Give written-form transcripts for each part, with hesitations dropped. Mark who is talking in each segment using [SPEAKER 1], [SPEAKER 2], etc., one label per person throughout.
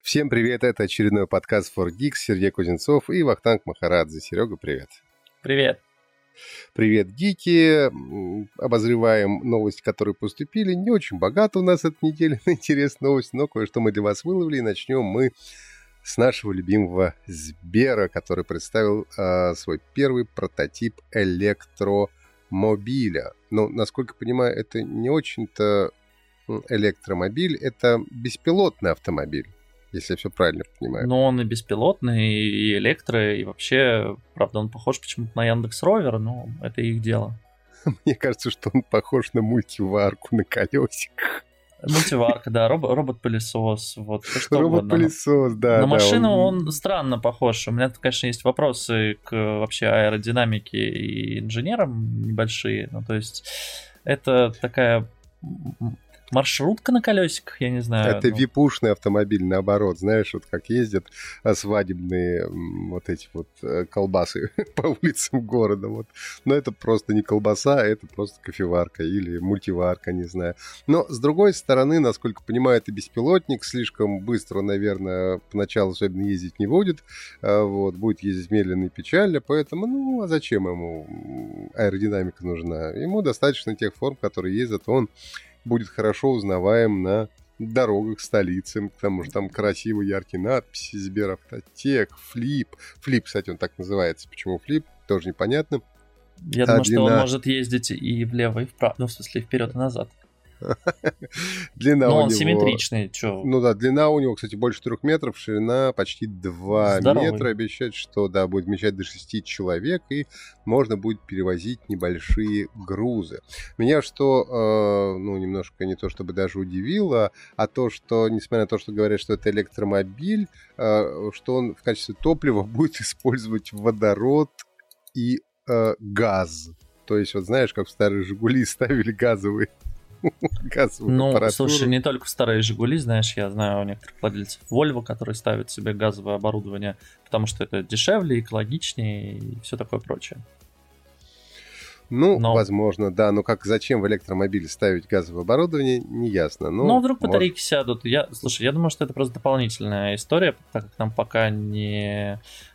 [SPEAKER 1] Всем привет, это очередной подкаст For Geeks, Сергей Кузнецов и Вахтанг Махарадзе. Серега, привет.
[SPEAKER 2] Привет.
[SPEAKER 1] Привет, гики. Обозреваем новости, которые поступили. Не очень богато у нас эта неделя на интересные новости, но кое-что мы для вас выловили. И начнем мы с нашего любимого Сбера, который представил свой первый прототип электромобиля. Но, насколько понимаю, это не очень-то электромобиль, это беспилотный автомобиль, если я все правильно понимаю.
[SPEAKER 2] Но он и беспилотный, и электро, и вообще, правда, он похож почему-то на Яндекс.Ровер, но это их дело.
[SPEAKER 1] Мне кажется, что он похож на мультиварку на колесиках.
[SPEAKER 2] Мультиварка, да, робот-пылесос, вот что
[SPEAKER 1] робот-пылесос, да.
[SPEAKER 2] На машину он странно похож. У меня, конечно, есть вопросы к вообще аэродинамике и инженерам небольшие. Ну, то есть, это такая маршрутка на колесиках, я не знаю.
[SPEAKER 1] Это випушный автомобиль, наоборот, знаешь, вот как ездят свадебные вот эти вот колбасы по улицам города, вот. Но это просто не колбаса, это просто кофеварка или мультиварка, не знаю. Но, с другой стороны, насколько понимаю, это беспилотник, слишком быстро, наверное, поначалу особенно ездить не будет, вот, будет ездить медленно и печально, поэтому, ну, а зачем ему аэродинамика нужна? Ему достаточно тех форм, которые ездят, он будет хорошо узнаваем на дорогах столицы, потому что там красивые яркие надписи, Сберавтотек, Флип. Флип, кстати, он так называется. Почему Флип, тоже непонятно.
[SPEAKER 2] Я думаю, что он может ездить и влево, и вправо, ну, в смысле, вперед и назад.
[SPEAKER 1] Длина
[SPEAKER 2] но
[SPEAKER 1] у
[SPEAKER 2] он
[SPEAKER 1] него...
[SPEAKER 2] симметричный, чё?
[SPEAKER 1] Ну да, длина у него, кстати, больше 3 метров, ширина почти 2 метра. Обещают, что, да, будет вмещать до 6 человек, и можно будет перевозить небольшие грузы. Меня что, ну, немножко не то чтобы даже удивило, а то, что, несмотря на то, что говорят, что это электромобиль, что он в качестве топлива будет использовать водород и газ. То есть, вот знаешь, как в старые «Жигули» ставили газовые аппаратуру.
[SPEAKER 2] Слушай, не только в старые «Жигули», знаешь, я знаю у некоторых владельцев Volvo, которые ставят себе газовое оборудование, потому что это дешевле, экологичнее и все такое прочее.
[SPEAKER 1] Возможно, да, но зачем в электромобиле ставить газовое оборудование, не ясно.
[SPEAKER 2] Вдруг батарейки сядут. Слушай, я думаю, что это просто дополнительная история, так как нам пока не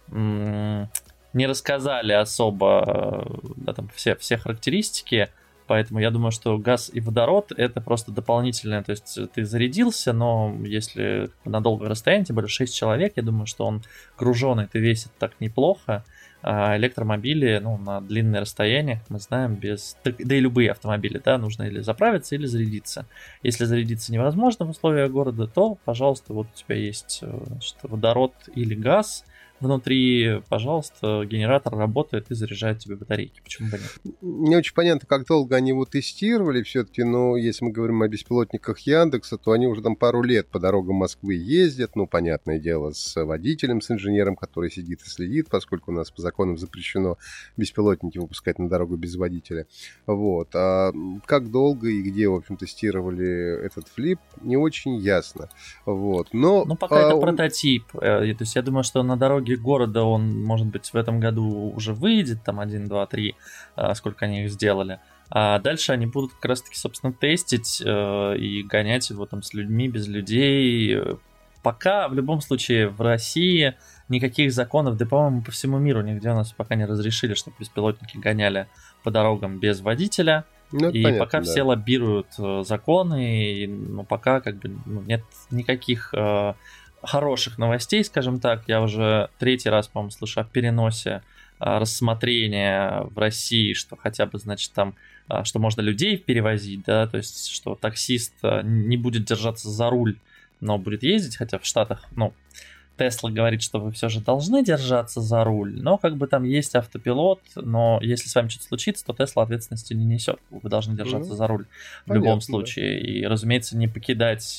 [SPEAKER 2] рассказали особо там, все характеристики. Поэтому я думаю, что газ и водород — это просто дополнительное. То есть ты зарядился, но если на долгое расстояние, тем более 6 человек, я думаю, что он груженый, ты весит так неплохо. А электромобили, на длинное расстояние, мы знаем, да и любые автомобили, да, нужно или заправиться, или зарядиться. Если зарядиться невозможно в условиях города, то, пожалуйста, вот у тебя есть водород или газ внутри, пожалуйста, генератор работает и заряжает тебе батарейки. Почему бы нет?
[SPEAKER 1] Не очень понятно, как долго они его тестировали все-таки, но если мы говорим о беспилотниках Яндекса, то они уже там пару лет по дорогам Москвы ездят, понятное дело, с водителем, с инженером, который сидит и следит, поскольку у нас по законам запрещено беспилотники выпускать на дорогу без водителя. Вот. А как долго и где, в общем, тестировали этот флип, не очень ясно. Вот. Но
[SPEAKER 2] пока это прототип. То есть я думаю, что на дороге города он, может быть, в этом году уже выйдет, там 1, 2, 3, сколько они их сделали. А дальше они будут как раз-таки, собственно, тестить и гонять его там с людьми, без людей. Пока, в любом случае, в России никаких законов, да, по-моему, по всему миру нигде у нас пока не разрешили, чтобы беспилотники гоняли по дорогам без водителя. И понятно, пока все лоббируют законы, и пока нет никаких хороших новостей, скажем так. Я уже 3-й раз, по-моему, слышу о переносе рассмотрения в России, что хотя бы, значит, там, что можно людей перевозить, да, то есть, что таксист не будет держаться за руль, но будет ездить, хотя в Штатах, Тесла говорит, что вы все же должны держаться за руль, но там есть автопилот, но если с вами что-то случится, то Тесла ответственности не несет. Вы должны держаться за руль в любом случае. Да. И, разумеется, не покидать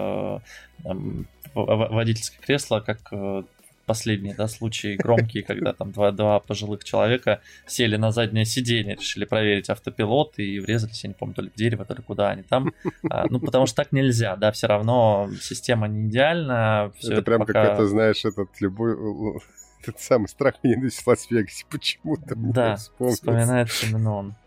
[SPEAKER 2] водительское кресло, как последние случаи громкие, когда там два пожилых человека сели на заднее сиденье, решили проверить автопилот и врезались, я не помню, то ли в дерево, то ли куда они там. Потому что так нельзя, да, все равно система не идеальна.
[SPEAKER 1] Это прям пока... как это, знаешь, этот самый страх и ненависть в Лас-Вегасе почему-то.
[SPEAKER 2] Да, вспоминается именно он.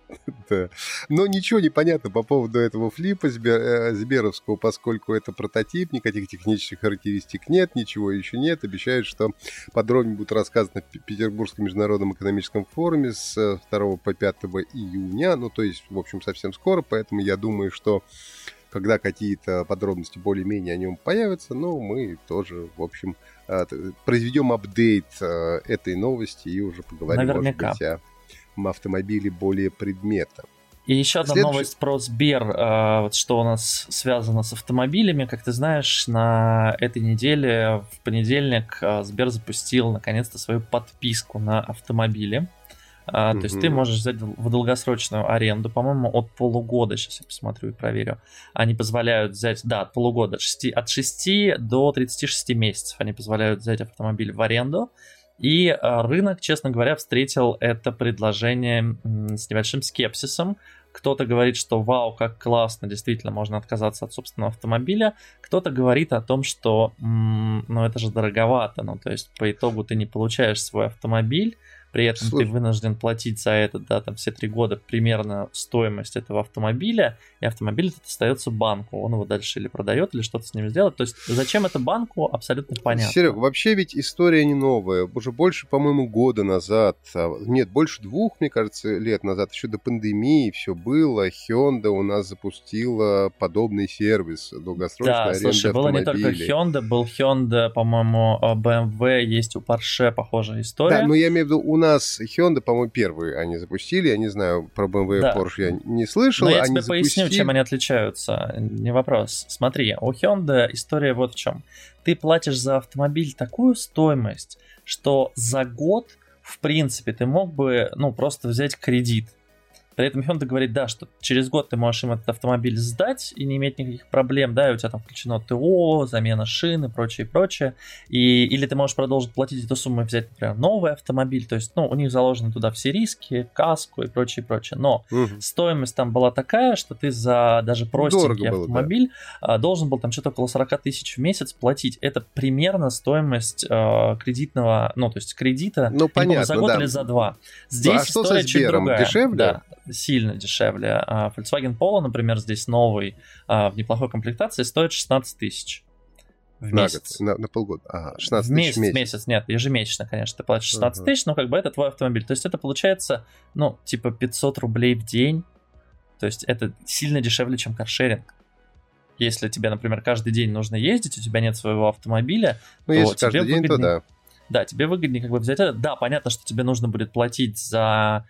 [SPEAKER 1] Да. Но ничего не понятно по поводу этого флипа сберовского, поскольку это прототип, никаких технических характеристик нет, ничего еще нет. Обещают, что подробнее будут рассказаны в Петербургском международном экономическом форуме с 2 по 5 июня, ну, то есть, в общем, совсем скоро, поэтому я думаю, что когда какие-то подробности более-менее о нем появятся, ну, мы тоже, в общем, произведем апдейт этой новости и уже поговорим,
[SPEAKER 2] Наверняка.
[SPEAKER 1] может быть, о автомобиле более предметно.
[SPEAKER 2] И еще одна новость про Сбер, вот что у нас связано с автомобилями. Как ты знаешь, на этой неделе, в понедельник, Сбер запустил наконец-то свою подписку на автомобили. То есть ты можешь взять в долгосрочную аренду, по-моему, от полугода, сейчас я посмотрю и проверю. Они позволяют взять, да, от полугода, от 6 до 36 месяцев они позволяют взять автомобиль в аренду. И рынок, честно говоря, встретил это предложение с небольшим скепсисом. Кто-то говорит, что вау, как классно, действительно можно отказаться от собственного автомобиля. Кто-то говорит о том, что ну это же дороговато, ну то есть по итогу ты не получаешь свой автомобиль, при этом ты вынужден платить за это, да, там все 3 года примерно стоимость этого автомобиля, и автомобиль этот остается банку, он его дальше или продает, или что-то с ним сделает. То есть зачем это банку, абсолютно понятно.
[SPEAKER 1] Серег, вообще ведь история не новая. Уже больше, по-моему, года назад, нет, больше 2, мне кажется, лет назад, еще до пандемии все было. Hyundai у нас запустила подобный сервис долгосрочной аренды автомобилей.
[SPEAKER 2] Да, слушай, было не только Hyundai, был Hyundai, по-моему, BMW, есть у Porsche похожая история.
[SPEAKER 1] Да, но я имею в виду, у нас Hyundai, по-моему, первые они запустили. Я не знаю, про BMW и Porsche я не слышал.
[SPEAKER 2] Но я тебе поясню, чем они отличаются. Не вопрос. Смотри, у Hyundai история вот в чем. Ты платишь за автомобиль такую стоимость, что за год, в принципе, ты мог бы, ну, просто взять кредит. При этом Hyundai говорит, да, что через год ты можешь им этот автомобиль сдать и не иметь никаких проблем, да, и у тебя там включено ТО, замена шин и прочее, прочее. Или ты можешь продолжить платить эту сумму и взять, например, новый автомобиль, то есть, ну, у них заложены туда все риски, каску и прочее, прочее. Но стоимость там была такая, что ты за даже простенький автомобиль должен был там что-то около 40 тысяч в месяц платить. Это примерно стоимость кредитного, ну, то есть кредита,
[SPEAKER 1] ну, понятно,
[SPEAKER 2] за год или за 2. Здесь стоит чуть другая.
[SPEAKER 1] Дешевле?
[SPEAKER 2] Да. Сильно дешевле. Volkswagen Polo, например, здесь новый, в неплохой комплектации, стоит 16 тысяч в месяц.
[SPEAKER 1] На полгода. Ага, 16 тысяч в
[SPEAKER 2] месяц. Нет, ежемесячно, конечно, ты платишь 16 тысяч, но как бы это твой автомобиль. То есть это получается, ну, типа 500 рублей в день. То есть это сильно дешевле, чем каршеринг. Если тебе, например, каждый день нужно ездить, у тебя нет своего автомобиля,
[SPEAKER 1] ну,
[SPEAKER 2] то
[SPEAKER 1] если
[SPEAKER 2] тебе
[SPEAKER 1] каждый день,
[SPEAKER 2] выгоднее...
[SPEAKER 1] то да.
[SPEAKER 2] Да, тебе выгоднее как бы взять это. Да, понятно, что тебе нужно будет платить за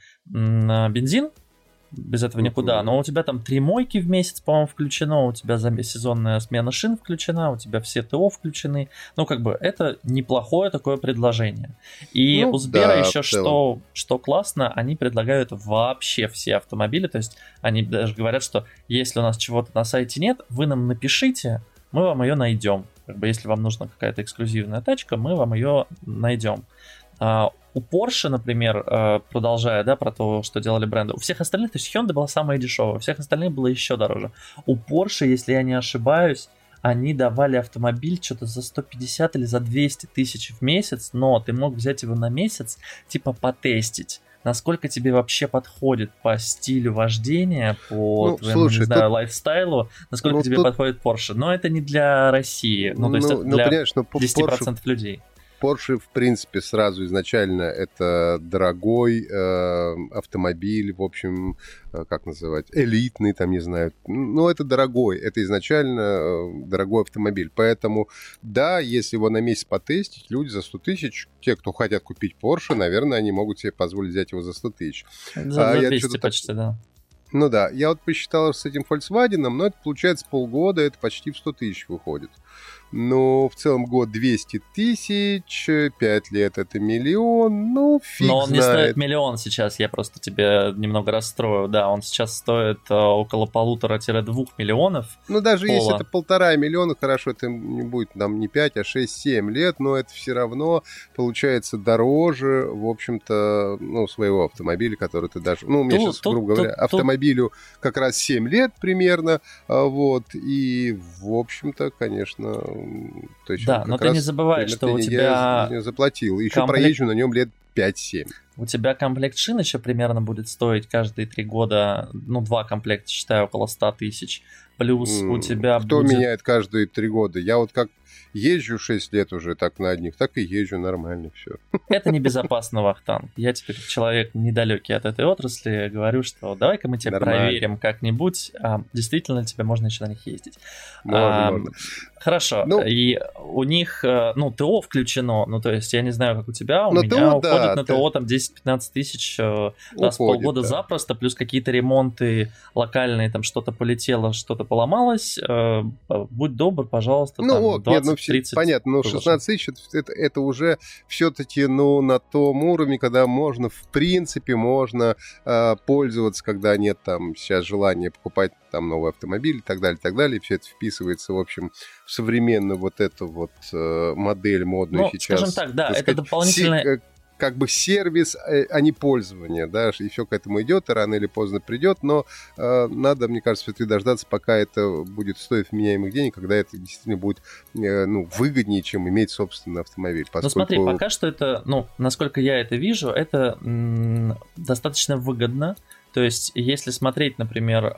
[SPEAKER 2] бензин, без этого никуда, но у тебя там 3 мойки в месяц, по-моему, включено, у тебя сезонная смена шин включена, у тебя все ТО включены, ну, как бы, это неплохое такое предложение. И у Сбера еще что классно, они предлагают вообще все автомобили, то есть они даже говорят, что если у нас чего-то на сайте нет, вы нам напишите, мы вам ее найдем. Как бы, если вам нужна какая-то эксклюзивная тачка, мы вам ее найдем. У Porsche, например, продолжая, да, про то, что делали бренды, у всех остальных, то есть Hyundai была самая дешевая, у всех остальных было еще дороже. У Porsche, если я не ошибаюсь, они давали автомобиль что-то за 150 или за 200 тысяч в месяц, но ты мог взять его на месяц, типа потестить, насколько тебе вообще подходит по стилю вождения, по твоему, не знаю, лайфстайлу, насколько тебе подходит Porsche. Но это не для России, ну, то есть это для 10% людей.
[SPEAKER 1] Porsche, в принципе, сразу изначально это дорогой автомобиль, в общем, как называть, элитный, там, не знаю. Но это дорогой, это изначально дорогой автомобиль. Поэтому, да, если его на месяц потестить, люди за 100 тысяч, те, кто хотят купить Porsche, наверное, они могут себе позволить взять его за 100 тысяч.
[SPEAKER 2] За 200 почти, да.
[SPEAKER 1] Ну да, я вот посчитал с этим Volkswagen, но это получается полгода, это почти в 100 тысяч выходит. Но в целом год 200 тысяч, 5 лет это миллион, ну фиг знает.
[SPEAKER 2] Но он не стоит миллион сейчас, я просто тебе немного расстрою. Да, он сейчас стоит около 1,5-2 миллионов.
[SPEAKER 1] Ну даже если это 1,5 миллиона, хорошо, это не будет там не 5, а 6-7 лет, но это все равно получается дороже, в общем-то, ну, своего автомобиля, который ты даже... Ну, у меня сейчас, грубо говоря, автомобилю как раз 7 лет примерно, вот, и, в общем-то, конечно... То есть
[SPEAKER 2] да, но ты не забывай, что у тебя...
[SPEAKER 1] Я заплатил, еще проезжу на нем лет 5-7.
[SPEAKER 2] у тебя комплект шин еще примерно будет стоить каждые 3 года, 2 комплекта, считаю, около 100 тысяч. Плюс у тебя
[SPEAKER 1] Кто меняет каждые 3 года? Я вот как езжу 6 лет уже так на одних, так и езжу нормально, все.
[SPEAKER 2] Это небезопасно, Вахтанг. Я теперь человек недалекий от этой отрасли, говорю, что давай-ка мы тебя проверим как-нибудь, действительно ли тебе можно еще на них ездить.
[SPEAKER 1] Можно.
[SPEAKER 2] Хорошо, и у них, ТО включено, то есть я не знаю, как у тебя, у меня уходит на ТО там 10-15 тысяч раз в полгода запросто, плюс какие-то ремонты локальные, там что-то полетело, что-то поломалось, будь добр, пожалуйста, там 20-30.
[SPEAKER 1] Понятно, но 16 тысяч это уже все-таки, на том уровне, когда можно, в принципе, пользоваться, когда нет там сейчас желания покупать там новый автомобиль и так далее, все это вписывается, в общем, в современную вот эту вот модель модную сейчас.
[SPEAKER 2] Скажем так, да, это дополнительное...
[SPEAKER 1] Как бы сервис, а не пользование, да, и все к этому идет, и рано или поздно придет, но надо, мне кажется, все-таки дождаться, пока это будет стоить вменяемых денег, когда это действительно будет выгоднее, чем иметь собственный автомобиль.
[SPEAKER 2] Поскольку... смотри, пока что это, насколько я это вижу, это достаточно выгодно, то есть если смотреть, например,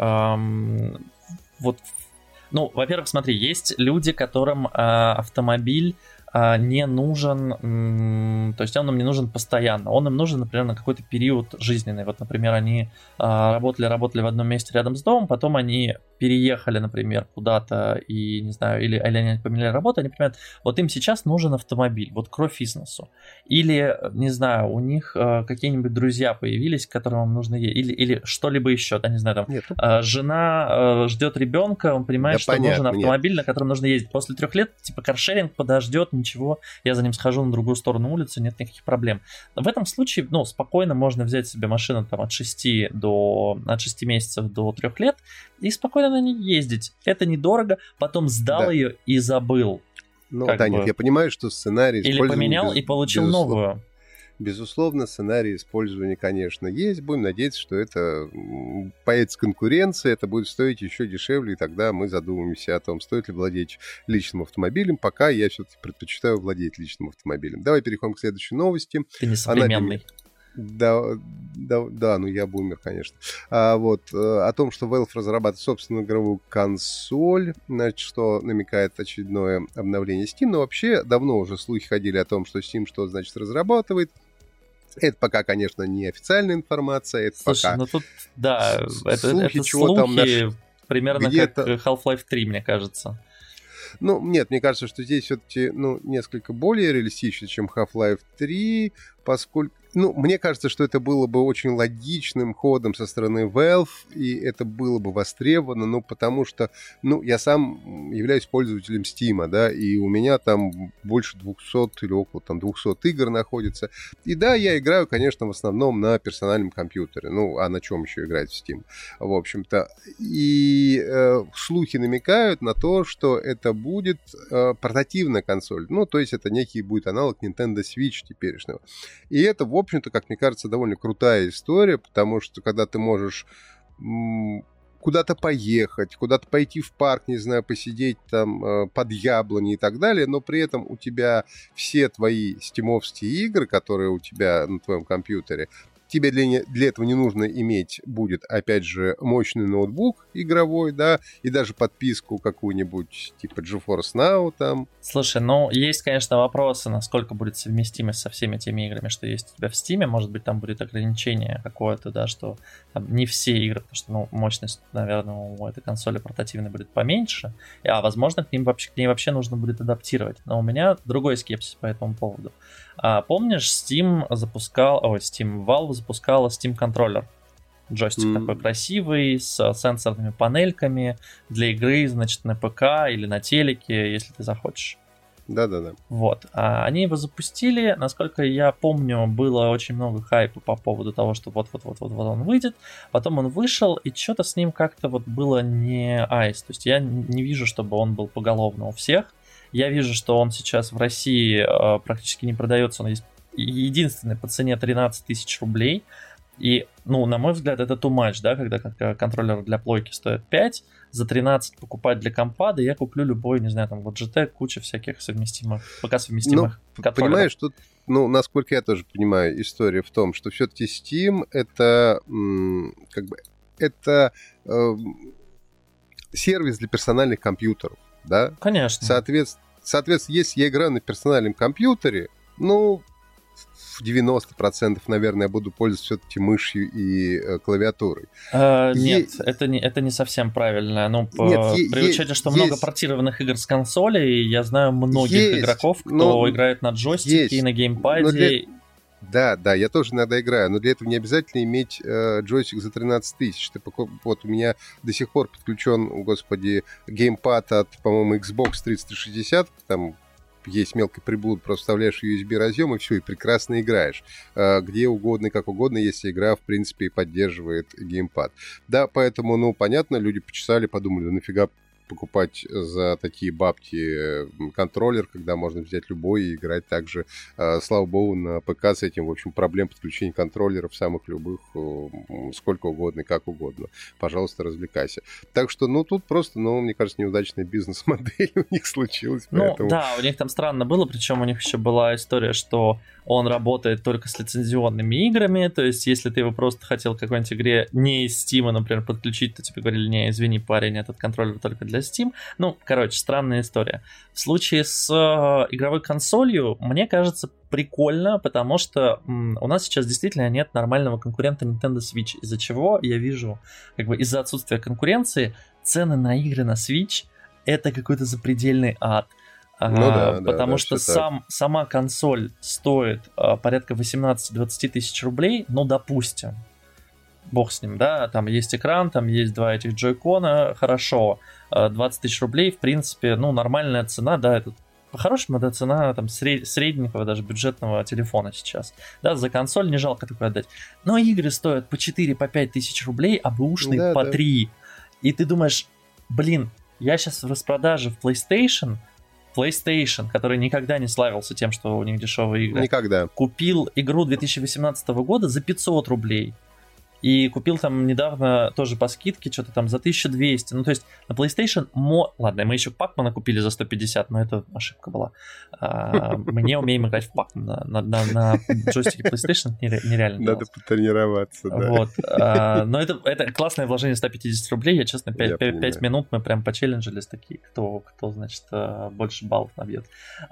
[SPEAKER 2] во-первых, смотри, есть люди, которым автомобиль не нужен, то есть он им не нужен постоянно, он им нужен, например, на какой-то период жизненный. Вот, например, они работали в одном месте рядом с домом, потом они переехали, например, куда-то и, не знаю, или они поменяли работу, они понимают, вот им сейчас нужен автомобиль, вот кровь бизнесу. Или, не знаю, у них какие-нибудь друзья появились, которым им нужно ездить, или что-либо еще, да, не знаю, там, жена ждет ребенка, он понимает, что нужен автомобиль, на котором нужно ездить. После 3 лет, типа, каршеринг подождет, ничего, я за ним схожу на другую сторону улицы, нет никаких проблем. В этом случае, спокойно можно взять себе машину там от 6 месяцев до 3 лет и спокойно на ней ездить. Это недорого, потом сдал ее и забыл.
[SPEAKER 1] Нет, я понимаю, что сценарий...
[SPEAKER 2] Или поменял и получил новую.
[SPEAKER 1] Безусловно, сценарий использования, конечно, есть. Будем надеяться, что это появится конкуренция, это будет стоить еще дешевле, и тогда мы задумаемся о том, стоит ли владеть личным автомобилем. Пока я все-таки предпочитаю владеть личным автомобилем. Давай переходим к следующей новости.
[SPEAKER 2] Ты не современный.
[SPEAKER 1] Да, я бумер, конечно. О том, что Valve разрабатывает собственную игровую консоль, значит, что намекает очередное обновление Steam. Но вообще давно уже слухи ходили о том, что Steam что значит разрабатывает. Это пока, конечно, не официальная информация. Это
[SPEAKER 2] слушай,
[SPEAKER 1] пока
[SPEAKER 2] тут, да,
[SPEAKER 1] слухи,
[SPEAKER 2] это
[SPEAKER 1] чего
[SPEAKER 2] слухи
[SPEAKER 1] там
[SPEAKER 2] примерно как Half-Life 3, мне кажется.
[SPEAKER 1] Нет, мне кажется, что здесь все-таки, несколько более реалистично, чем Half-Life 3, поскольку... мне кажется, что это было бы очень логичным ходом со стороны Valve, и это было бы востребовано, потому что, я сам являюсь пользователем Steam, да, и у меня там больше 200 или около 200 игр находится. И да, я играю, конечно, в основном на персональном компьютере. А на чем еще играть в Steam? В общем-то. И слухи намекают на то, что это будет портативная консоль. То есть это некий будет аналог Nintendo Switch теперешнего. И это, в общем-то, как мне кажется, довольно крутая история, потому что когда ты можешь куда-то поехать, куда-то пойти в парк, не знаю, посидеть там под яблоней и так далее, но при этом у тебя все твои стимовские игры, которые у тебя на твоем компьютере, тебе для этого не нужно иметь будет, опять же, мощный ноутбук игровой, да, и даже подписку какую-нибудь типа GeForce Now там.
[SPEAKER 2] Слушай, есть, конечно, вопросы, насколько будет совместимость со всеми теми играми, что есть у тебя в Steam. Может быть, там будет ограничение какое-то, да, что там не все игры, потому что, мощность, наверное, у этой консоли портативной будет поменьше, возможно, к ней вообще нужно будет адаптировать. Но у меня другой скепсис по этому поводу. Помнишь, Valve запускала Steam контроллер. Джойстик такой красивый, с сенсорными панельками для игры, значит, на ПК или на телеке, если ты захочешь.
[SPEAKER 1] Да-да-да.
[SPEAKER 2] Они его запустили, насколько я помню, было очень много хайпа по поводу того, что вот он выйдет. Потом он вышел, и что-то с ним как-то было не айс. То есть я не вижу, чтобы он был поголовно у всех. Я вижу, что он сейчас в России практически не продается, он есть единственный по цене 13 тысяч рублей. И, ну, на мой взгляд, это too much, да, когда контроллер для плойки стоит 5, за 13 покупать для компа, да я куплю любой, не знаю, там, Logitech, куча всяких совместимых, пока совместимых контроллеров.
[SPEAKER 1] Понимаешь, тут, ну, насколько я тоже понимаю, история в том, что все-таки Steam это, как бы, это сервис для персональных компьютеров, да?
[SPEAKER 2] Конечно.
[SPEAKER 1] Соответственно, если я играю на персональном компьютере, ну, в 90%, наверное, я буду пользоваться все-таки мышью и клавиатурой.
[SPEAKER 2] Нет, это не совсем правильно. Ну, при учете, что много портированных игр с консолей, я знаю многих игроков, кто играет на джойстике и на геймпаде.
[SPEAKER 1] Да, я тоже иногда играю, но для этого не обязательно иметь джойстик за 13 тысяч. Вот у меня до сих пор подключен, господи, геймпад от, по-моему, Xbox 360, там есть мелкий приблуд, просто вставляешь USB-разъем и все, и прекрасно играешь. Где угодно и как угодно, если игра, в принципе, поддерживает геймпад. Да, поэтому, ну, понятно, люди почесали, подумали, нафига покупать за такие бабки контроллер, когда можно взять любой и играть также, слава богу, на ПК с этим, в общем, проблем подключения контроллеров самых любых, сколько угодно и как угодно. Пожалуйста, развлекайся. Так что, ну, тут просто, ну, мне кажется, неудачная бизнес-модель у них случилась.
[SPEAKER 2] Ну, да, у них там странно было, причем у них еще была история, что он работает только с лицензионными играми, то есть если ты его просто хотел к какой-нибудь игре не из Steam, например, подключить, то тебе говорили, не, извини, парень, этот контроллер только для Steam. Ну, короче, странная история. В случае с игровой консолью, мне кажется, прикольно, потому что у нас сейчас действительно нет нормального конкурента Nintendo Switch, из-за чего я вижу, как бы из-за отсутствия конкуренции, цены на игры на Switch это какой-то запредельный ад. Потому что сама консоль стоит порядка 18-20 тысяч рублей, ну, допустим. Бог с ним, да, там есть экран, там есть два этих джойкона, хорошо, 20 тысяч рублей, в принципе, ну, нормальная цена, да, это по-хорошему, да, цена там средненького, даже бюджетного телефона сейчас, да, за консоль не жалко такое отдать, но игры стоят по 4-5 тысяч рублей, а бэушные по 3, и ты думаешь, блин, я сейчас в распродаже в PlayStation, который никогда не славился тем, что у них дешевые игры,
[SPEAKER 1] никогда.
[SPEAKER 2] Купил игру 2018 года за 500 рублей. И купил там недавно тоже по скидке что-то там за 1200. Ну, то есть на PlayStation... Ладно, мы еще Пакмана купили за 150, но это ошибка была. Мы не умеем играть в Пакмана. На джойстике PlayStation нереально.
[SPEAKER 1] Надо потренироваться, да.
[SPEAKER 2] Вот. Но это классное вложение 150 рублей. Я, честно, 5 минут мы прям почелленжились такие, кто значит, больше баллов набьет.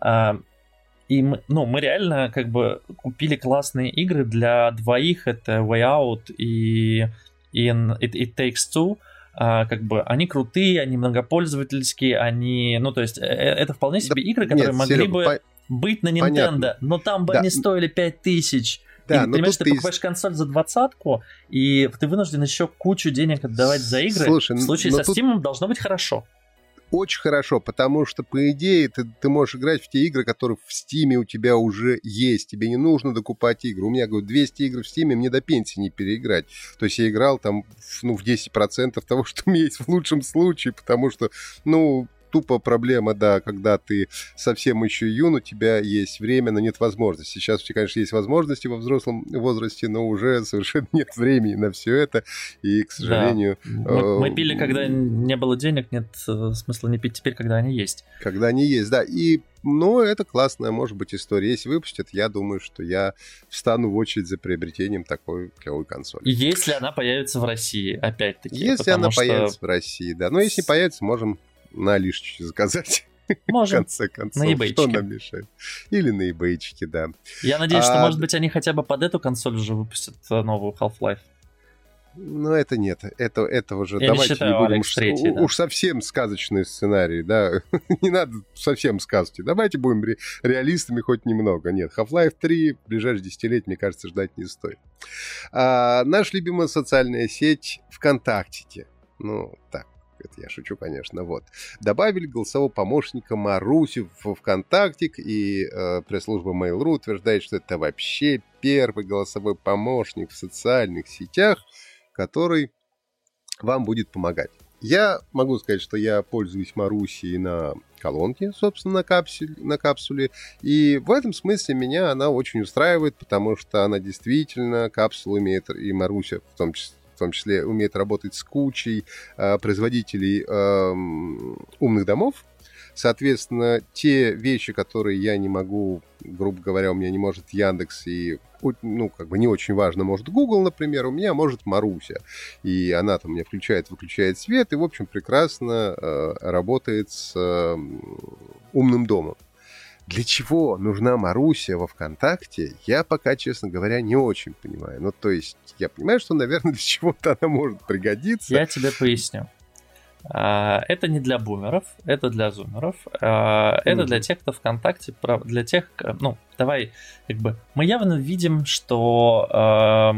[SPEAKER 2] И мы реально как бы купили классные игры для двоих. Это Way Out и It Takes Two. Как бы они крутые, они многопользовательские, они... Ну, то есть это вполне себе игры, которые могли бы быть на Nintendo, понятно. Но там бы они стоили 5000. Да, и, понимаешь, ты покупаешь консоль за 20-ку, и ты вынужден еще кучу денег отдавать за игры. Слушай, в случае со Steam должно быть хорошо.
[SPEAKER 1] Очень хорошо, потому что, по идее, ты можешь играть в те игры, которые в Steam у тебя уже есть. Тебе не нужно докупать игры. У меня, говорю, 200 игр в Steam, мне до пенсии не переиграть. То есть я играл там, в 10% того, что у меня есть в лучшем случае, потому что, тупо проблема, да, когда ты совсем еще юн, у тебя есть время, но нет возможности. Сейчас у тебя, конечно, есть возможности во взрослом возрасте, но уже совершенно нет времени на все это, и, к сожалению...
[SPEAKER 2] Да. Мы пили, когда не было денег, нет смысла не пить теперь, когда они есть.
[SPEAKER 1] Когда они есть, да, и... это классная, может быть, история. Если выпустят, я думаю, что я встану в очередь за приобретением такой клевой консоли.
[SPEAKER 2] Если она появится в России, опять-таки.
[SPEAKER 1] Если она появится в России, да. Но если не появится, можем на Алишечке заказать.
[SPEAKER 2] Можем.
[SPEAKER 1] В конце концов.
[SPEAKER 2] На eBay-чике.
[SPEAKER 1] Что нам мешает? Или на eBay-чике, да.
[SPEAKER 2] Я надеюсь, что, может быть, они хотя бы под эту консоль уже выпустят новую Half-Life.
[SPEAKER 1] Это нет. Это уже...
[SPEAKER 2] Я
[SPEAKER 1] давайте
[SPEAKER 2] не считаю,
[SPEAKER 1] не будем...
[SPEAKER 2] Алекс 3, да.
[SPEAKER 1] Уж совсем сказочный сценарий, да. Не надо совсем сказки. Давайте будем реалистами хоть немного. Нет, Half-Life 3 в ближайшие десятилетия, мне кажется, ждать не стоит. Наша любимая социальная сеть ВКонтактике. Так. Это я шучу, конечно. Вот. Добавили голосового помощника Марусю в ВКонтактик, и пресс-служба Mail.ru утверждает, что это вообще первый голосовой помощник в социальных сетях, который вам будет помогать. Я могу сказать, что я пользуюсь Марусей на колонке, собственно, на капсуле. И в этом смысле меня она очень устраивает, потому что она действительно, капсула умеет, и Маруся в том числе умеет работать с кучей производителей умных домов. Соответственно, те вещи, которые я не могу, грубо говоря, у меня не может Яндекс и, ну, как бы не очень важно, может Google, например, у меня может Маруся. И она там мне включает, выключает свет и, в общем, прекрасно работает с умным домом. Для чего нужна Маруся во ВКонтакте, я пока, честно говоря, не очень понимаю. Ну, то есть, я понимаю, что, наверное, для чего-то она может пригодиться.
[SPEAKER 2] Я тебе поясню. Это не для бумеров, это для зумеров, это для тех, кто ВКонтакте, для тех, ну, давай, как бы, мы явно видим, что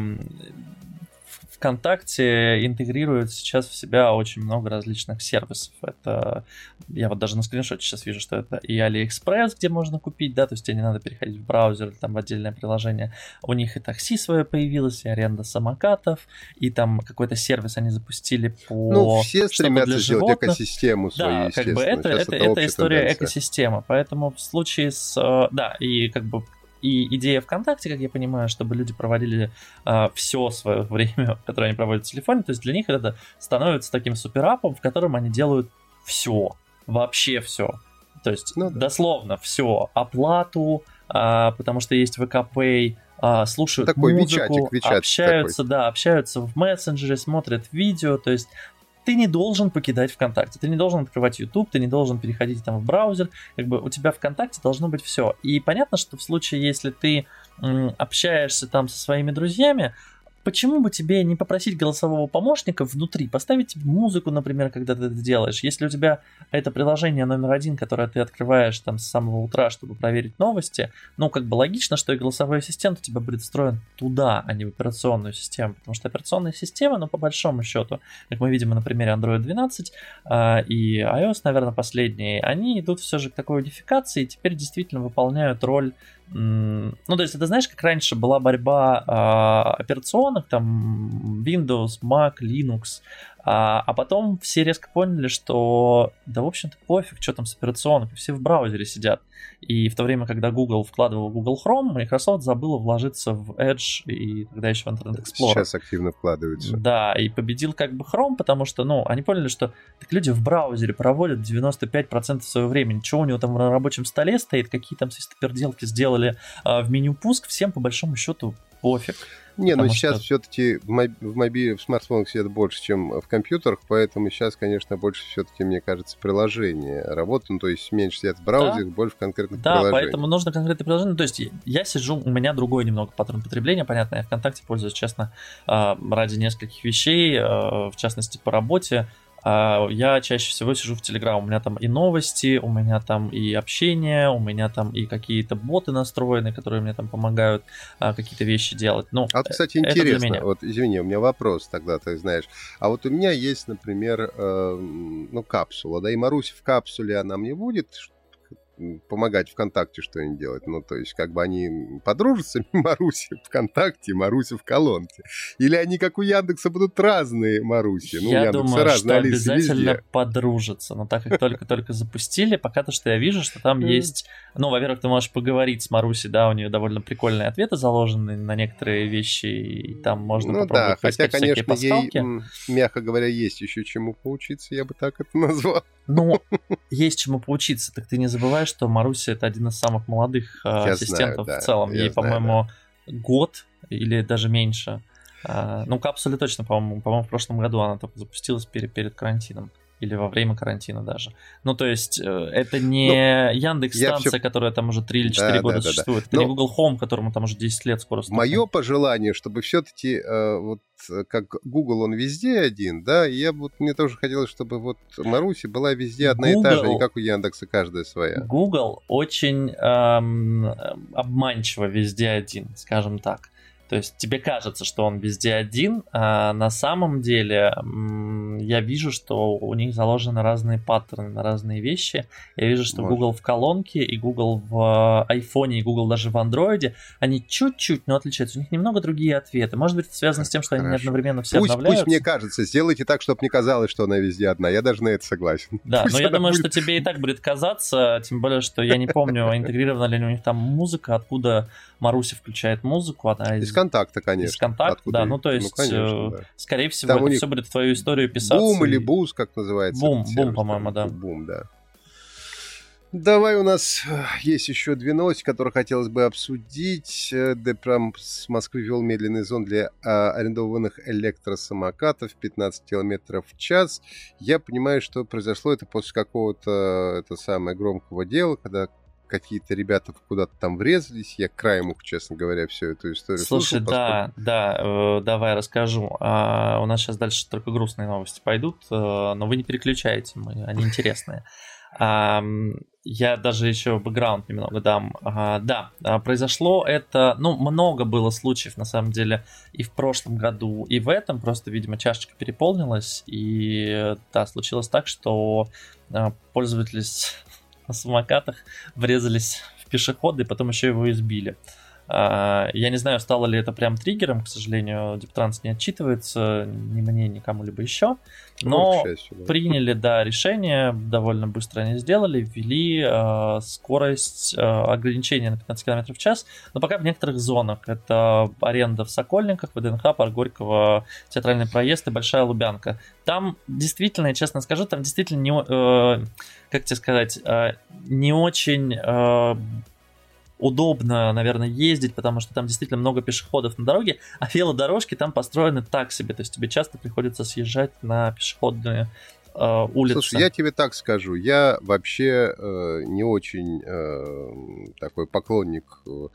[SPEAKER 2] ВКонтакте интегрирует сейчас в себя очень много различных сервисов. Это, я вот даже на скриншоте сейчас вижу, что это и AliExpress, где можно купить, да, то есть тебе не надо переходить в браузер или там в отдельное приложение. У них и такси свое появилось, и аренда самокатов, и там какой-то сервис они запустили по...
[SPEAKER 1] Ну, все стремятся сделать экосистему свою,
[SPEAKER 2] да, как бы это история экосистемы, поэтому в случае с... Да, и как бы и идея ВКонтакте, как я понимаю, чтобы люди проводили все свое время, которое они проводят в телефоне, то есть для них это становится таким суперапом, в котором они делают все, вообще все. То есть дословно все, оплату, потому что есть ВК Pay, слушают такой музыку, общаются, такой. Да, общаются в мессенджере, смотрят видео, то есть ты не должен покидать ВКонтакте, ты не должен открывать YouTube, ты не должен переходить там в браузер, как бы у тебя ВКонтакте должно быть все. И понятно, что в случае, если ты общаешься там со своими друзьями, почему бы тебе не попросить голосового помощника внутри, поставить музыку, например, когда ты это делаешь? Если у тебя это приложение номер один, которое ты открываешь там с самого утра, чтобы проверить новости, ну, как бы логично, что и голосовой ассистент у тебя будет встроен туда, а не в операционную систему, потому что операционная система, ну, по большому счету, как мы видим на примере Android 12 и iOS, наверное, последние, они идут все же к такой унификации и теперь действительно выполняют роль. Ну, то есть, это знаешь, как раньше была борьба операционных, там, Windows, Mac, Linux, а потом все резко поняли, что, да, в общем-то, пофиг, что там с операционкой, все в браузере сидят. И в то время, когда Google вкладывал в Google Chrome, Microsoft забыла вложиться в Edge и тогда еще в Internet Explorer.
[SPEAKER 1] Сейчас активно вкладывается.
[SPEAKER 2] Да, и победил как бы Chrome, потому что, ну, они поняли, что так люди в браузере проводят 95% своего времени. Что у него там на рабочем столе стоит, какие там свистоперделки сделали в меню пуск, всем по большому счету пофиг.
[SPEAKER 1] Не, ну сейчас все-таки в смартфонах сидят больше, чем в компьютерах, поэтому сейчас, конечно, больше все-таки, мне кажется, приложения работают, ну, то есть меньше сидят в браузерах, больше в конкретных приложениях.
[SPEAKER 2] Да, поэтому нужно конкретное приложение. То есть я сижу, у меня другой немного паттерн потребления, понятно, я ВКонтакте пользуюсь, честно, ради нескольких вещей, в частности, по работе. Я чаще всего сижу в Telegram, у меня там и новости, у меня там и общение, у меня там и какие-то боты настроены, которые мне там помогают какие-то вещи делать. Ну,
[SPEAKER 1] вот, кстати, интересно, вот, извини, у меня вопрос тогда, ты знаешь. А вот у меня есть, например, ну, капсула, да, и Маруся в капсуле, она мне будет помогать ВКонтакте что-нибудь делать. Ну, то есть, как бы они подружатся, Маруся ВКонтакте, Маруся в колонке. Или они, как у Яндекса, будут разные Маруси. Ну,
[SPEAKER 2] я думаю, что обязательно подружатся. Но так как только-только запустили, пока то, что я вижу, что там есть... Ну, во-первых, ты можешь поговорить с Марусей, да, у нее довольно прикольные ответы заложены на некоторые вещи, и там можно попробовать
[SPEAKER 1] хотя, конечно, ей, мягко говоря, есть еще чему поучиться, я бы так это назвал.
[SPEAKER 2] Ну, есть чему поучиться. Так ты не забывай, что Маруся — это один из самых молодых ассистентов в целом. Ей, по-моему, год или даже меньше. Ну, капсуле точно, по-моему, в прошлом году она только запустилась перед карантином. Или во время карантина даже. Ну, то есть, это не Яндекс-станция, которая там уже 3 или 4 года существует. Это не Google Home, которому там уже 10 лет скоро стукнет.
[SPEAKER 1] Мое пожелание, чтобы все-таки, вот как Google, он везде один, да, и мне тоже хотелось, чтобы вот Маруся была везде одна и та же, не как у Яндекса, каждая своя.
[SPEAKER 2] Google очень обманчиво везде один, скажем так. То есть тебе кажется, что он везде один, а на самом деле я вижу, что у них заложены разные паттерны на разные вещи. Я вижу, что Google в колонке, и Google в iPhone, и Google даже в Android, они чуть-чуть, но отличаются. У них немного другие ответы. Может быть, это связано с тем, что они не одновременно все обновляются.
[SPEAKER 1] Пусть мне кажется, сделайте так, чтобы не казалось, что она везде одна. Я даже на это согласен.
[SPEAKER 2] Да, но я думаю, что тебе и так будет казаться, тем более, что я не помню, интегрирована ли у них там музыка, откуда Маруся включает музыку. Она
[SPEAKER 1] из контакта, конечно.
[SPEAKER 2] Из контакта, да. Ну, то есть, конечно, да. Скорее всего,
[SPEAKER 1] там
[SPEAKER 2] это все будет в твою историю писаться.
[SPEAKER 1] Бум или буз, как называется?
[SPEAKER 2] Бум, по-моему, да.
[SPEAKER 1] Бум, да. Давай, у нас есть еще две новости, которые хотелось бы обсудить. Депрам с Москвы ввел медленный зон для арендованных электросамокатов 15 км в час. Я понимаю, что произошло это после какого-то громкого дела, когда какие-то ребята куда-то там врезались. Я краем уха, честно говоря, всю эту историю
[SPEAKER 2] слушай, слушал. Да, давай расскажу. У нас сейчас дальше только грустные новости пойдут, но вы не переключайте, они интересные. Я даже еще бэкграунд немного дам. Да, произошло это, много было случаев, на самом деле, и в прошлом году, и в этом, просто, видимо, чашечка переполнилась, и, да, случилось так, что пользователи на самокатах врезались в пешехода и потом еще его избили. Я не знаю, стало ли это прям триггером, к сожалению, Дептранс не отчитывается ни мне, ни кому-либо еще, но приняли, да, решение, довольно быстро они сделали, ввели скорость ограничения на 15 км в час, но пока в некоторых зонах. Это аренда в Сокольниках, ВДНХ, Парк Горького, Театральный проезд и Большая Лубянка. Там действительно, я честно скажу, там действительно не очень удобно, наверное, ездить, потому что там действительно много пешеходов на дороге, а велодорожки там построены так себе, то есть тебе часто приходится съезжать на пешеходные улицы.
[SPEAKER 1] Слушай, я тебе так скажу, я вообще не очень такой поклонник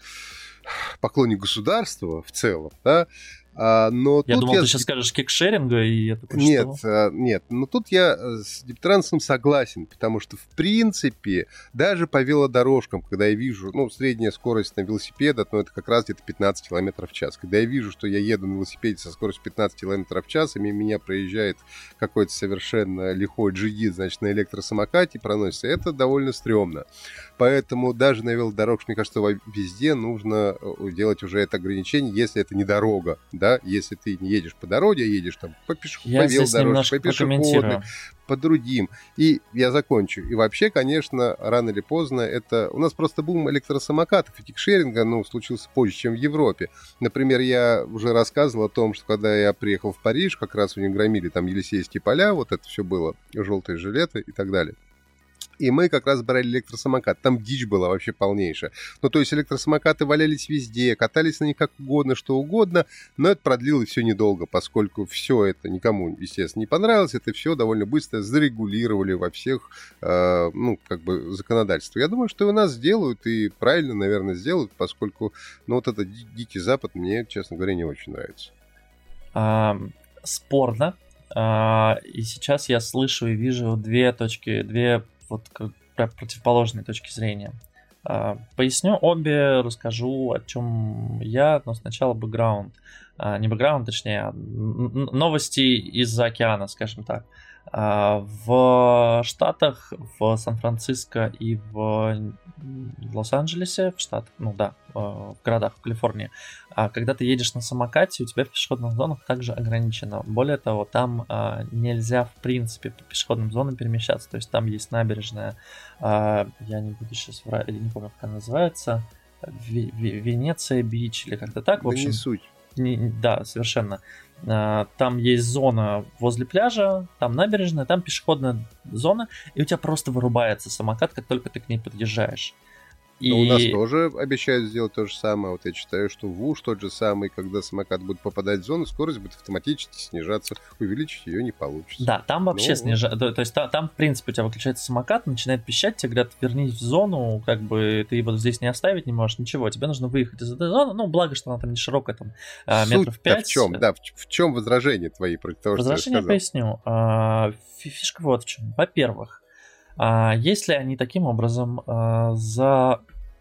[SPEAKER 1] государства в целом, да. Но
[SPEAKER 2] я думал, ты сейчас скажешь кикшеринга, и это
[SPEAKER 1] Нет, но тут я с Дептрансом согласен, потому что, в принципе, даже по велодорожкам, когда я вижу, средняя скорость на велосипеде, это как раз где-то 15 км в час. Когда я вижу, что я еду на велосипеде со скоростью 15 км в час, и мимо меня проезжает какой-то совершенно лихой джигит, значит, на электросамокате проносится, это довольно стрёмно. Поэтому даже на велодорожках, мне кажется, везде нужно делать уже это ограничение, если это не дорога, да, если ты не едешь по дороге, а едешь там по велодорожке, по пешеходным, по другим. И я закончу. И вообще, конечно, рано или поздно это... У нас просто бум электросамокатов и кикшеринга, случился позже, чем в Европе. Например, я уже рассказывал о том, что когда я приехал в Париж, как раз у них громили там Елисейские поля, вот это все было, желтые жилеты и так далее. И мы как раз брали электросамокат. Там дичь была вообще полнейшая. То есть электросамокаты валялись везде, катались на них как угодно, что угодно, но это продлилось все недолго, поскольку все это никому, естественно, не понравилось, это все довольно быстро зарегулировали во всех, законодательствах. Я думаю, что и у нас сделают, и правильно, наверное, сделают, поскольку, вот Дикий Запад мне, честно говоря, не очень нравится.
[SPEAKER 2] Спорно. И сейчас я слышу и вижу две противоположные точки зрения. Поясню обе, расскажу, о чем я, но сначала бэкграунд. Не бэкграунд, точнее, новости из-за океана, скажем так. В Штатах, в Сан-Франциско и в Лос-Анджелесе, в Штатах, в городах в Калифорнии, когда ты едешь на самокате, у тебя в пешеходных зонах также ограничено. Более того, там нельзя, в принципе, по пешеходным зонам перемещаться. То есть там есть набережная, я не буду сейчас врать, не помню, как она называется, Венеция Бич или как-то так. В общем,
[SPEAKER 1] не суть.
[SPEAKER 2] Да, совершенно. Там есть зона возле пляжа, там набережная, там пешеходная зона, и у тебя просто вырубается самокат, как только ты к ней подъезжаешь.
[SPEAKER 1] Но у нас тоже обещают сделать то же самое. Вот я читаю, что в УШ тот же самый, когда самокат будет попадать в зону, скорость будет автоматически снижаться. Увеличить ее не получится.
[SPEAKER 2] Да, там вообще снижается. То есть там, в принципе, у тебя выключается самокат, начинает пищать, тебе говорят, вернись в зону, ты его здесь не оставить не можешь, ничего. Тебе нужно выехать из этой зоны. Благо, что она там не широкая, там метров 5.
[SPEAKER 1] в чем? Да, в чем возражение твои против того, что я сказал?
[SPEAKER 2] Возражение поясню. Фишка вот в чем. Во-первых, если они таким образом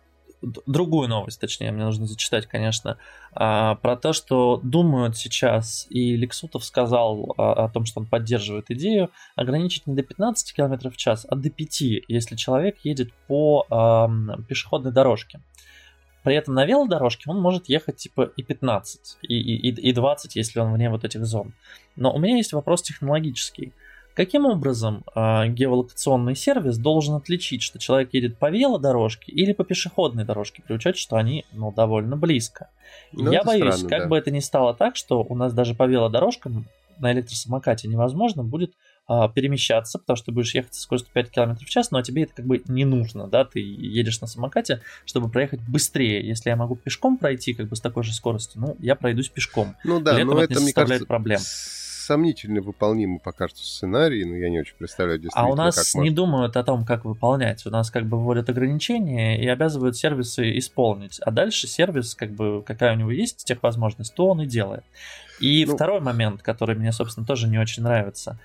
[SPEAKER 2] другую новость, точнее, мне нужно зачитать, конечно, про то, что думают сейчас, и Лексутов сказал о том, что он поддерживает идею, ограничить не до 15 км в час, а до 5, если человек едет по пешеходной дорожке. При этом на велодорожке он может ехать типа и 15, и 20, если он вне вот этих зон. Но у меня есть вопрос технологический. Каким образом геолокационный сервис должен отличить, что человек едет по велодорожке или по пешеходной дорожке, при учете, что они довольно близко? Я боюсь, странно, как бы это ни стало так, что у нас даже по велодорожкам на электросамокате невозможно будет перемещаться, потому что ты будешь ехать со скоростью 5 км в час, но тебе это как бы не нужно, да, ты едешь на самокате, чтобы проехать быстрее. Если я могу пешком пройти как бы с такой же скоростью, я пройдусь пешком.
[SPEAKER 1] Ну да,
[SPEAKER 2] но это
[SPEAKER 1] не
[SPEAKER 2] составляет
[SPEAKER 1] кажется,
[SPEAKER 2] проблем.
[SPEAKER 1] Сомнительно выполнимый пока что сценарий, но я не очень представляю действительно,
[SPEAKER 2] а у нас
[SPEAKER 1] как
[SPEAKER 2] не думают о том, как выполнять. У нас как бы вводят ограничения и обязывают сервисы исполнить. А дальше сервис, как бы, какая у него есть техвозможность, то он и делает. И второй момент, который мне, собственно, тоже не очень нравится.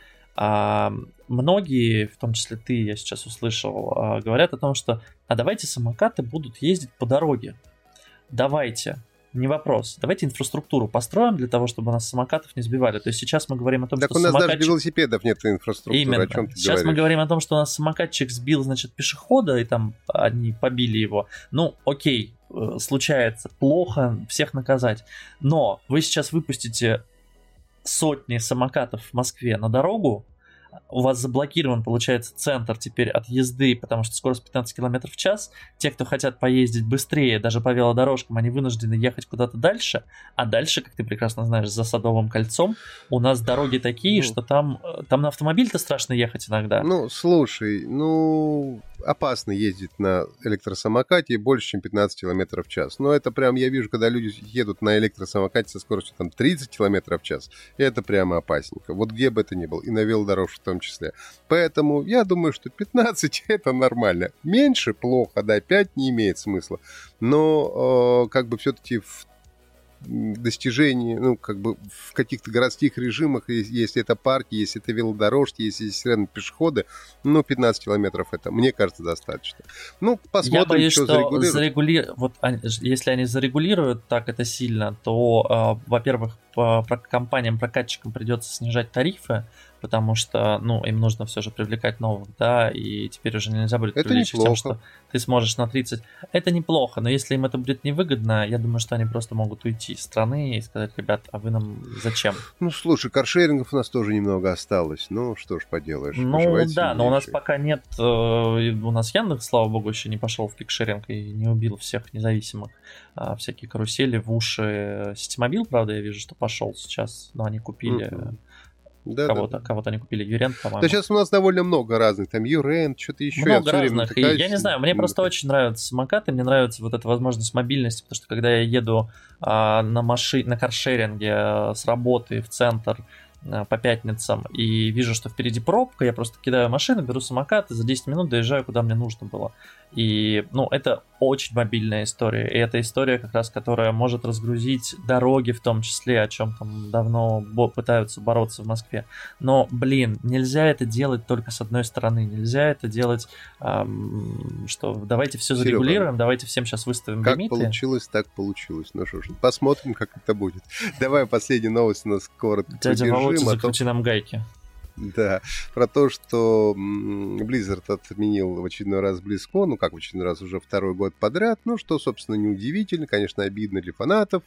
[SPEAKER 2] Многие, в том числе ты, я сейчас услышал, говорят о том, что давайте самокаты будут ездить по дороге. Давайте. Не вопрос. Давайте инфраструктуру построим для того, чтобы нас самокатов не сбивали. То есть сейчас мы говорим о том,
[SPEAKER 1] так
[SPEAKER 2] что
[SPEAKER 1] у нас
[SPEAKER 2] самокатчик...
[SPEAKER 1] даже для велосипедов нет инфраструктуры.
[SPEAKER 2] Именно.
[SPEAKER 1] О чем ты
[SPEAKER 2] сейчас
[SPEAKER 1] говоришь?
[SPEAKER 2] мы говорим о том, что у нас самокатчик сбил, значит, пешехода, и там они побили его. Окей, случается, плохо, всех наказать. Но вы сейчас выпустите сотни самокатов в Москве на дорогу, у вас заблокирован, получается, центр теперь от езды, потому что скорость 15 км в час. Те, кто хотят поездить быстрее, даже по велодорожкам, они вынуждены ехать куда-то дальше. А дальше, как ты прекрасно знаешь, за Садовым кольцом у нас дороги такие, что там на автомобиль-то страшно ехать иногда.
[SPEAKER 1] Слушай, опасно ездить на электросамокате больше, чем 15 км в час. Но это прям, я вижу, когда люди едут на электросамокате со скоростью 30 км в час, это прямо опасненько. Вот где бы это ни был, и на велодорожке в том числе. Поэтому я думаю, что 15 это нормально. Меньше плохо, 5 не имеет смысла. Но как бы все-таки в достижении, в каких-то городских режимах, если это парки, если это велодорожки, если есть рядом пешеходы, 15 километров это, мне кажется, достаточно. Посмотрим,
[SPEAKER 2] я боюсь,
[SPEAKER 1] что
[SPEAKER 2] зарегулируют. Если они зарегулируют так это сильно, то, во-первых, по компаниям-прокатчикам придется снижать тарифы, потому что, им нужно все же привлекать новых, да, и теперь уже нельзя будет привлечь тем, что ты сможешь на 30. Это неплохо, но если им это будет невыгодно, я думаю, что они просто могут уйти из страны и сказать: ребят, а вы нам зачем?
[SPEAKER 1] Слушай, каршерингов у нас тоже немного осталось, что ж поделаешь.
[SPEAKER 2] Да, но у нас пока нет, у нас Яндекс, слава богу, еще не пошел в кикшеринг и не убил всех независимых, всякие карусели в уши. Ситимобил, правда, я вижу, что пошел сейчас, но они купили... Кого-то они купили, Юрент, по-моему.
[SPEAKER 1] Да, сейчас у нас довольно много разных, там Юрент, что-то еще.
[SPEAKER 2] Много разных, и я не знаю, мне просто очень нравятся самокаты, мне нравится вот эта возможность мобильности, потому что когда я еду на каршеринге с работы в центр по пятницам и вижу, что впереди пробка, я просто кидаю машину, беру самокат и за 10 минут доезжаю, куда мне нужно было. И, это очень мобильная история. И это история, как раз, которая может разгрузить дороги, в том числе, о чем там давно пытаются бороться в Москве. Но, нельзя это делать только с одной стороны. Нельзя это делать, что давайте все зарегулируем, давайте всем сейчас выставим лимиты.
[SPEAKER 1] Как получилось, так получилось. Что ж, посмотрим, как это будет. Давай последняя новость у нас коротко.
[SPEAKER 2] Дядя Володя, закрути нам гайки.
[SPEAKER 1] Да, про то, что Blizzard отменил в очередной раз BlizzCon, в очередной раз уже второй год подряд, что, собственно, неудивительно, конечно, обидно для фанатов,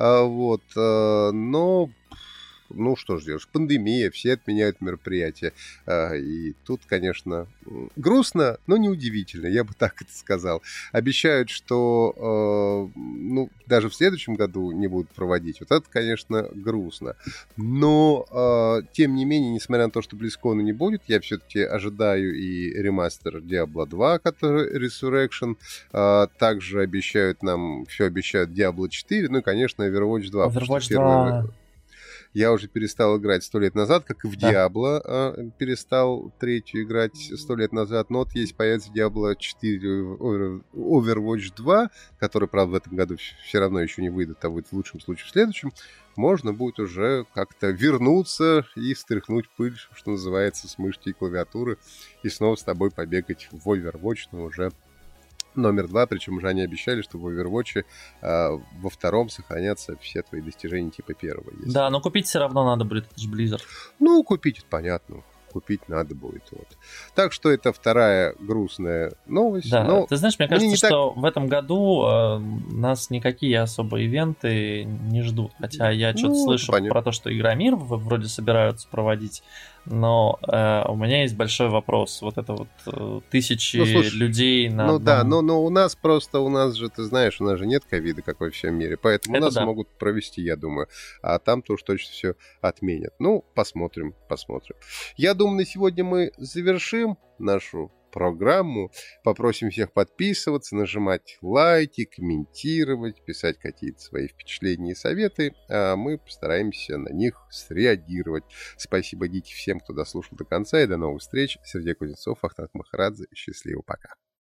[SPEAKER 1] но... что ж делаешь, пандемия, все отменяют мероприятия. И тут, конечно, грустно, но неудивительно, я бы так это сказал. Обещают, что даже в следующем году не будут проводить. Вот это, конечно, грустно. Но, тем не менее, несмотря на то, что BlizzCon не будет, я все-таки ожидаю и ремастер Diablo 2, который Resurrection. Также обещают Diablo 4, и, конечно, Overwatch 2.
[SPEAKER 2] Overwatch 2...
[SPEAKER 1] Я уже перестал играть 100 лет назад, как и в Diablo перестал третью играть 100 лет назад. Но появится Diablo 4 Overwatch 2, который, правда, в этом году все равно еще не выйдет, а выйдет в лучшем случае в следующем. Можно будет уже как-то вернуться и стряхнуть пыль, что называется, с мышки и клавиатуры, и снова с тобой побегать в Overwatch, но уже Номер 2, причем уже они обещали, что в Overwatch во втором сохранятся все твои достижения типа первого. Если...
[SPEAKER 2] Да, но купить все равно надо будет, это же Blizzard.
[SPEAKER 1] Ну, купить это понятно. Купить надо будет. Вот. Так что это вторая грустная новость.
[SPEAKER 2] Да,
[SPEAKER 1] но
[SPEAKER 2] ты знаешь, мне кажется, что
[SPEAKER 1] так...
[SPEAKER 2] в этом году нас никакие особо ивенты не ждут. Хотя я что-то слышу про то, что Игромир вроде собираются проводить. Но у меня есть большой вопрос. Вот это вот тысячи людей на...
[SPEAKER 1] Ну да, но у нас просто, у нас же, ты знаешь, у нас же нет ковида, как во всем мире. Поэтому нас могут провести, я думаю. А там-то уж точно все отменят. Ну, посмотрим. Я думаю, на сегодня мы завершим нашу программу. Попросим всех подписываться, нажимать лайки, комментировать, писать какие-то свои впечатления и советы, а мы постараемся на них среагировать. Спасибо, Дите, всем, кто дослушал до конца, и до новых встреч. Сергей Кузнецов, Ахтанг Махарадзе. Счастливо, пока.